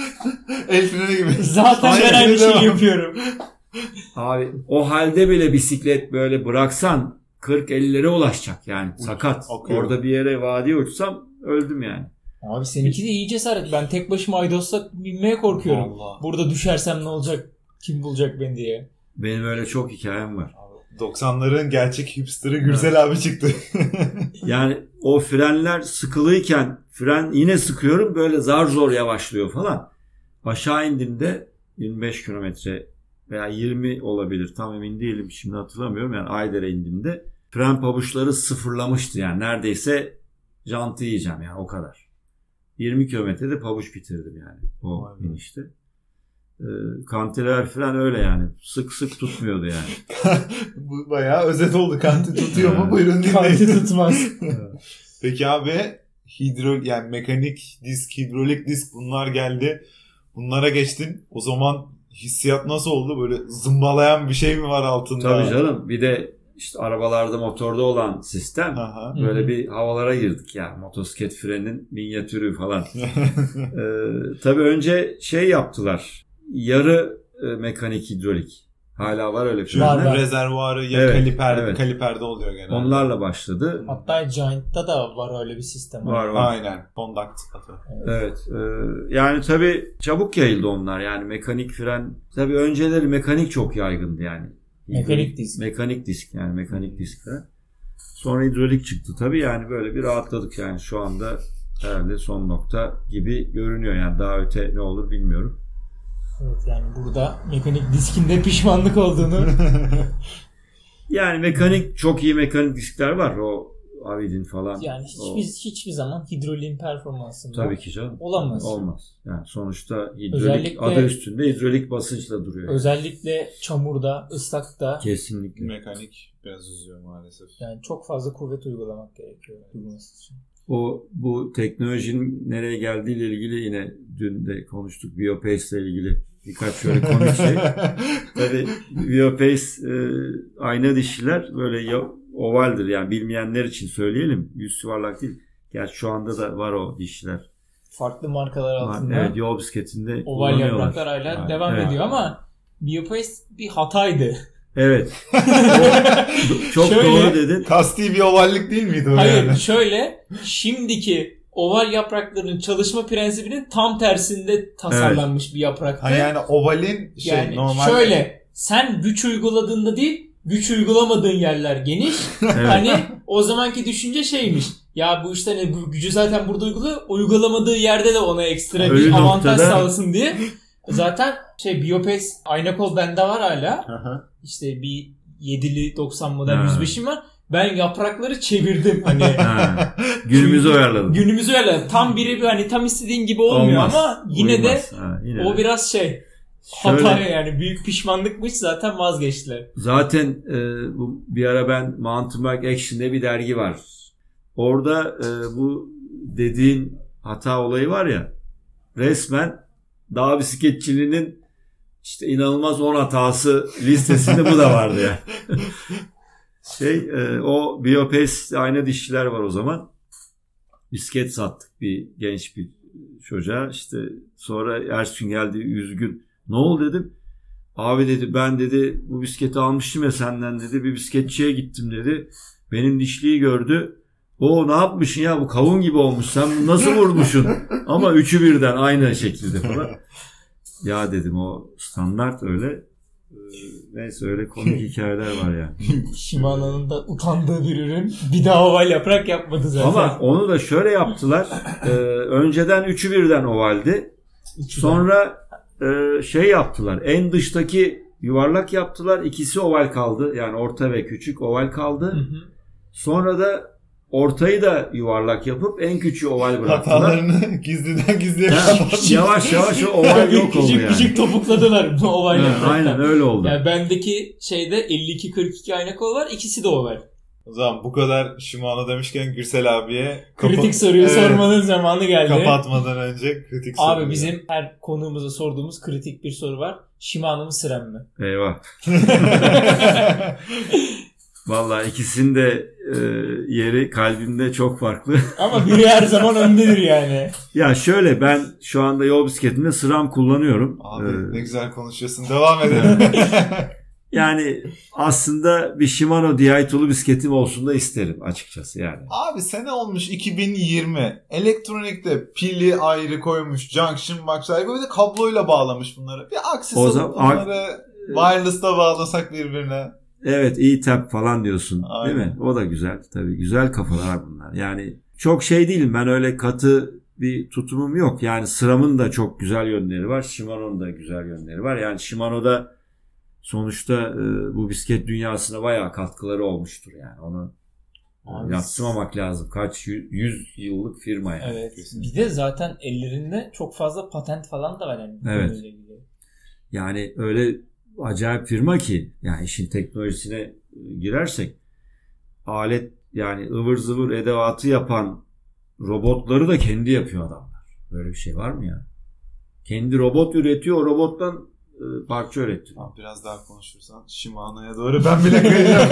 El freni gibi. Zaten ben aynı şeyi yapıyorum. Abi o halde bile bisiklet böyle bıraksan kırk ellilere ulaşacak yani. Uç, sakat. akıyor. Orada bir yere vadiye uçsam öldüm yani. Abi seninki de iyi cesaret. Ben tek başıma Aydos'ta binmeye korkuyorum. Allah. Burada düşersem ne olacak? Kim bulacak beni diye. Benim öyle çok hikayem var. doksanların gerçek hipsterı Gürsel abi çıktı. Yani o frenler sıkılıyken fren yine sıkıyorum böyle zar zor yavaşlıyor falan. Aşağı indiğimde yirmi beş kilometre veya yirmi olabilir tam emin değilim şimdi hatırlamıyorum. Yani Ayder'e indiğimde fren pabuçları sıfırlamıştı yani neredeyse jantı yiyeceğim yani o kadar. yirmi kilometrede pabuç bitirdim yani o Aynen. inişte. E, kantiler fren öyle yani sık sık tutmuyordu yani. Bu bayağı özet oldu. Kanti tutuyor mu? Buyurun dinleyin. Kanti tutmaz. Peki abi hidro yani mekanik disk, hidrolik disk bunlar geldi. Bunlara geçtin. O zaman hissiyat nasıl oldu? Böyle zımbalayan bir şey mi var altında? Tabii canım. Bir de işte arabalarda motorda olan sistem Aha. böyle bir havalara girdik ya. Motosiklet frenin minyatürü falan. ee, tabii önce şey yaptılar. Yarı e, mekanik hidrolik. Hala var öyle frenler. Var, var. Rezervuarı ya Evet, kaliper, evet. kaliperde oluyor genelde. Onlarla başladı. Hatta Giant'ta da var öyle bir sistem. Var var. Aynen. Conduct atı. Evet. E, yani tabii çabuk yayıldı onlar. Yani mekanik fren. Tabii önceleri mekanik çok yaygındı yani. Mekanik disk. Mekanik disk yani mekanik disk fren. Sonra hidrolik çıktı tabii yani böyle bir rahatladık yani şu anda herhalde son nokta gibi görünüyor yani daha öte ne olur bilmiyorum. Evet yani burada mekanik diskinde pişmanlık olduğunu. Yani mekanik çok iyi mekanik diskler var o Avidin falan. Yani hiçbir, o... hiçbir zaman hidroliğin performansında tabii ki canım. Olamaz. Olmaz. Yani sonuçta hidrolik özellikle, adı üstünde hidrolik basınçla duruyor. Yani. Özellikle çamurda, ıslakta. Kesinlikle. Mekanik biraz üzüyor maalesef. Yani çok fazla kuvvet uygulamak gerekiyor durması için. O bu teknolojinin nereye geldiğiyle ilgili yine dün de konuştuk. Biopace ile ilgili birkaç şöyle komik şey. Tabii Biopace e, ayna dişliler böyle ya, ovaldir yani bilmeyenler için söyleyelim. Yüz yuvarlak değil. Gerçi şu anda da var o dişliler. Farklı markalar altında. Evet, yol bisikletinde oval yapraklar hala yani, devam evet. ediyor ama Biopace bir hataydı. Evet. Çok şöyle, doğru dedin. Kasti bir ovallik değil miydi o? Hayır yani? şöyle şimdiki oval yaprakların çalışma prensibinin tam tersinde tasarlanmış evet. bir yapraktı. Ha yani ovalin şey yani normal. Şöyle sen güç uyguladığında değil güç uygulamadığın yerler geniş. Evet. Hani o zamanki düşünce şeymiş. Ya bu işte ne bu gücü zaten burada uyguluyor. Uygulamadığı yerde de ona ekstra Ölü bir avantaj noktada... sağlasın diye. Zaten şey Biopace ayna kol bende var hala. İşte bir yedili doksan model yüz beşim var. Ben yaprakları çevirdim hani. Ha, günümüzü uyarladım. Günümüzü uyarladım. Tam birebir hani tam istediğin gibi olmuyor Olmaz. Ama yine Uymaz. de ha, yine o de. Biraz şey Şöyle, hata yani büyük pişmanlıkmış zaten vazgeçtiler. Zaten e, bu bir ara ben Mountain Bike Action'de bir dergi var. Orada e, bu dediğin hata olayı var ya resmen dağ bisikletçiliğinin işte inanılmaz on hatası listesinde bu da vardı ya. Yani. Şey e, o Biopace ayna dişçiler var o zaman. Bisiklet sattık bir genç bir çocuğa. İşte sonra Ersun geldi üzgün. Ne oldu dedim. Abi dedi ben dedi bu bisikleti almıştım ya senden dedi. Bir bisikletçiye gittim dedi. Benim dişliği gördü. O ne yapmışsın ya bu kavun gibi olmuş. Sen bunu nasıl vurmuşsun? Ama üçü birden aynı şekilde falan. Ya dedim o standart öyle. Neyse öyle komik hikayeler var yani. Shimano'nun da utandığı bir ürün. Bir daha oval yaprak yapmadı zaten. Ama onu da şöyle yaptılar. Ee, önceden üçü birden ovaldi. Üçü Sonra e, şey yaptılar. En dıştaki yuvarlak yaptılar. İkisi oval kaldı. Yani orta ve küçük oval kaldı. Hı hı. Sonra da ortayı da yuvarlak yapıp en küçüğü oval bıraktılar. Hatalarını gizliden gizliye kapattılar. Yavaş yavaş o oval yok oldu küçük yani. Küçük topukladılar bu oval yapraktan. Aynen öyle oldu. Yani bendeki şeyde elli iki kırk iki ayna kol var. İkisi de oval. O zaman bu kadar Shimano demişken Gürsel abiye kritik kapa- soruyu evet. sormanın zamanı geldi. Kapatmadan önce kritik soru. Abi bizim ya. Her konuğumuza sorduğumuz kritik bir soru var. Shimano mu Siren mi? Eyvah. Vallahi ikisini de e, yeri kalbimde çok farklı. Ama biri her zaman öndedir yani. Ya şöyle, ben şu anda yol bisikletimde SRAM kullanıyorum. Abi ee, ne güzel konuşuyorsun. Devam edelim. Yani aslında bir Shimano D I Tool'u bisikletim olsun da isterim açıkçası yani. Abi sene olmuş iki bin yirmi. Elektronikte pili ayrı koymuş. Junction box ayrı koymuş. Bir de kabloyla bağlamış bunları. Bir aksesuar O zaman bunları wireless'ta bağlasak birbirine. Evet, E-Tab falan diyorsun. Aynen. Değil mi? O da güzel. Tabii güzel kafalar bunlar. Yani çok şey değilim. Ben öyle katı bir tutumum yok. Yani SRAM'ın da çok güzel yönleri var. Shimano'nun da güzel yönleri var. Yani Shimano'da sonuçta e, bu bisiklet dünyasına bayağı katkıları olmuştur yani. Onu Abi, yadsımamak lazım. Kaç yüz yıllık firma yani. Evet. Bir de zaten ellerinde çok fazla patent falan da var yani. Evet. Yani öyle acayip firma ki yani işin teknolojisine girersek alet yani ıvır zıvır edevatı yapan robotları da kendi yapıyor adamlar. Böyle bir şey var mı ya? Kendi robot üretiyor, o robottan e, parça üretiyor. Abi biraz daha konuşursan Shimano'ya doğru ben bile kayacağım.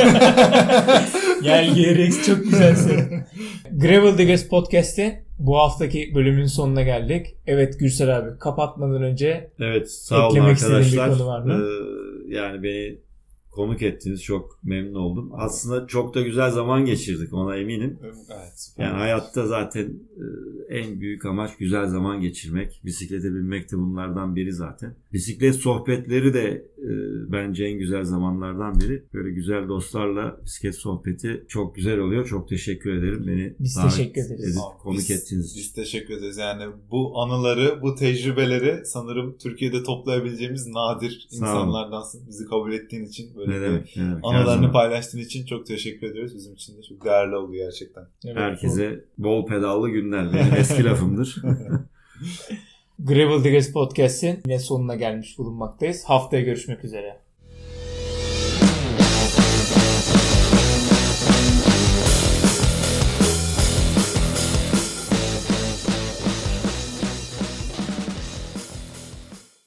Gel G R X çok güzelsin. Gravel Diggers Podcast'te bu haftaki bölümün sonuna geldik. Evet Gürsel abi, kapatmadan önce evet, sağ olun arkadaşlar. Bir konu var mı? Ee, yani beni konuk ettiniz, çok memnun oldum. Aslında çok da güzel zaman geçirdik, ona eminim. Evet. Yani hayatta zaten en büyük amaç güzel zaman geçirmek. Bisiklete binmek de bunlardan biri zaten. Bisiklet sohbetleri de e, bence en güzel zamanlardan biri. Böyle güzel dostlarla bisiklet sohbeti çok güzel oluyor. Çok teşekkür ederim. Beni biz teşekkür ederiz. Edip, konuk biz, ettiğiniz için. Biz teşekkür ederiz. Yani bu anıları, bu tecrübeleri sanırım Türkiye'de toplayabileceğimiz nadir insanlardansın. Bizi kabul ettiğin için, böyle ne demek, ne demek. anılarını paylaştığın için çok teşekkür ediyoruz. Bizim için de çok değerli oldu gerçekten. Evet, herkese bol pedallı günler. Benim eski lafımdır. Gravel Diggers Podcast'in yine sonuna gelmiş bulunmaktayız. Haftaya görüşmek üzere.